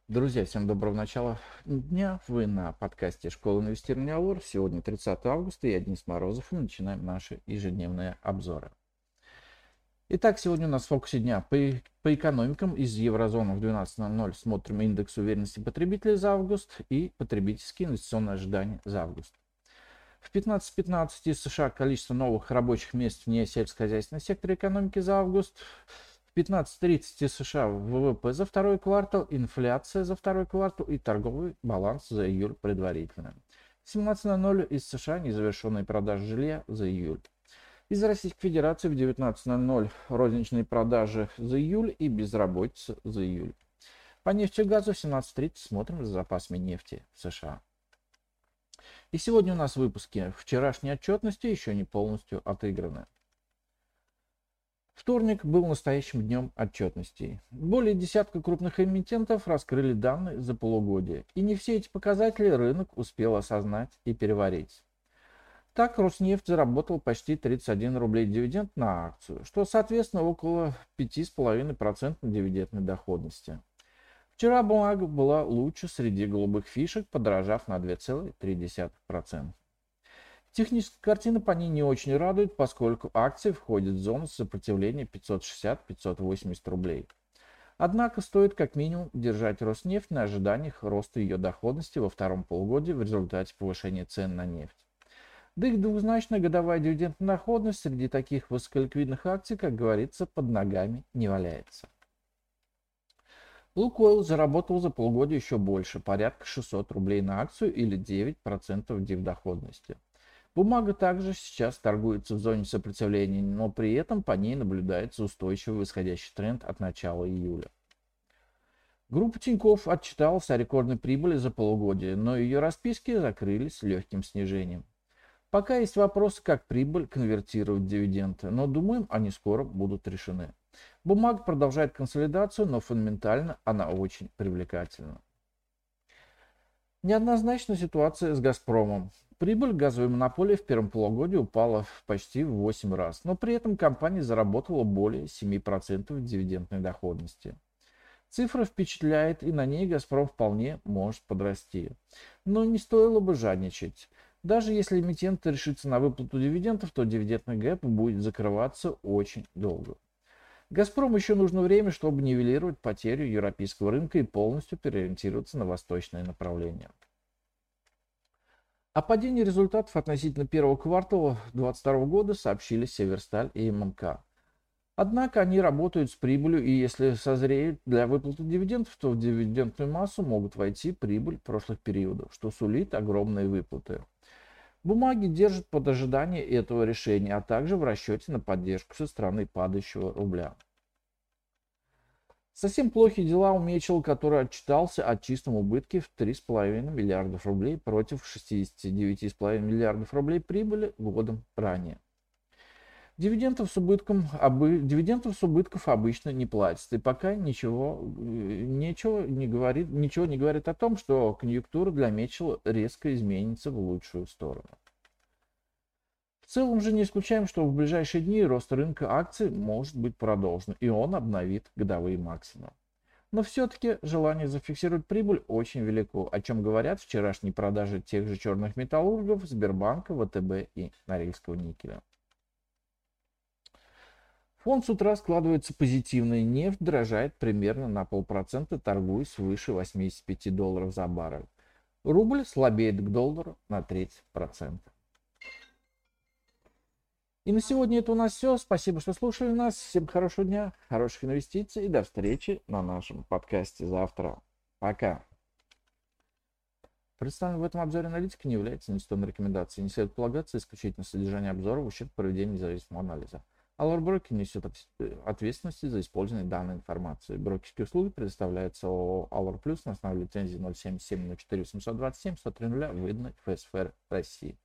Друзья, всем доброго начала дня. Вы на подкасте «Школа инвестирования АЛОР». Сегодня 30 августа, я Денис Морозов, и мы начинаем наши ежедневные обзоры. Итак, сегодня у нас в фокусе дня по экономикам из еврозоны в 12:00 смотрим индекс уверенности потребителей за август и потребительские инвестиционные ожидания за август. В 15:15 из США количество новых рабочих мест в несельскохозяйственном секторе экономики за август. В 15:30 из США ВВП за второй квартал, инфляция за второй квартал и торговый баланс за июль предварительно. В 17:00 из США незавершенные продажи жилья за июль. Из Российской Федерации в 19:00 розничные продажи за июль и безработица за июль. По нефти и газу в 17:30 смотрим за запасами нефти в США. И сегодня у нас в выпуске вчерашней отчетности еще не полностью отыграны. Вторник был настоящим днем отчетностей. Более десятка крупных эмитентов раскрыли данные за полугодие, и не все эти показатели рынок успел осознать и переварить. Так, Роснефть заработал почти 31 рублей дивиденд на акцию, что соответственно около 5,5% дивидендной доходности. Вчера бумага была лучше среди голубых фишек, подорожав на 2,3%. Техническая картина по ней не очень радует, поскольку акция входит в зону сопротивления 560-580 рублей. Однако стоит как минимум держать Роснефть на ожиданиях роста ее доходности во втором полугодии в результате повышения цен на нефть. Да и двухзначная годовая дивидендная доходность среди таких высоколиквидных акций, как говорится, под ногами не валяется. Лукойл заработал за полгода еще больше, порядка 600 рублей на акцию или 9% дивдоходности. Бумага также сейчас торгуется в зоне сопротивления, но при этом по ней наблюдается устойчивый восходящий тренд от начала июля. Группа Тинькофф отчиталась о рекордной прибыли за полугодие, но ее расписки закрылись легким снижением. Пока есть вопросы, как прибыль конвертировать в дивиденды, но думаем, они скоро будут решены. Бумага продолжает консолидацию, но фундаментально она очень привлекательна. Неоднозначная ситуация с «Газпромом». Прибыль газовой монополии в первом полугодии упала почти в 8 раз, но при этом компания заработала более 7% дивидендной доходности. Цифра впечатляет, и на ней «Газпром» вполне может подрасти. Но не стоило бы жадничать. Даже если эмитент решится на выплату дивидендов, то дивидендный гэп будет закрываться очень долго. «Газпрому» еще нужно время, чтобы нивелировать потерю европейского рынка и полностью переориентироваться на восточное направление. О падении результатов относительно первого квартала 2022 года сообщили Северсталь и ММК. Однако они работают с прибылью, и если созреют для выплаты дивидендов, то в дивидендную массу могут войти прибыль прошлых периодов, что сулит огромные выплаты. Бумаги держат под ожидание этого решения, а также в расчете на поддержку со стороны падающего рубля. Совсем плохи дела у Мечел, который отчитался о чистом убытке в 3,5 миллиардов рублей против 69,5 миллиардов рублей прибыли годом ранее. Дивидендов с убытков обычно не платят, и пока ничего не говорит о том, что конъюнктура для Мечела резко изменится в лучшую сторону. В целом же не исключаем, что в ближайшие дни рост рынка акций может быть продолжен, и он обновит годовые максимумы. Но все-таки желание зафиксировать прибыль очень велико, о чем говорят вчерашние продажи тех же черных металлургов, Сбербанка, ВТБ и Норильского никеля. Фон с утра складывается позитивный. Нефть дорожает примерно на 0,5%, торгуясь свыше 85 долларов за баррель. Рубль слабеет к доллару на 0,3%. И на сегодня это у нас все. Спасибо, что слушали нас. Всем хорошего дня, хороших инвестиций и до встречи на нашем подкасте завтра. Пока. Представленная в этом обзоре аналитика не является инвестиционной рекомендацией. Не следует полагаться исключительно на содержание обзора в ущерб проведению независимого анализа. Allure Broker несет ответственность за использование данной информации. Брокерские услуги предоставляются ООО Allure Plus на основе лицензии 077 04 827 103 выданной ФСФР России.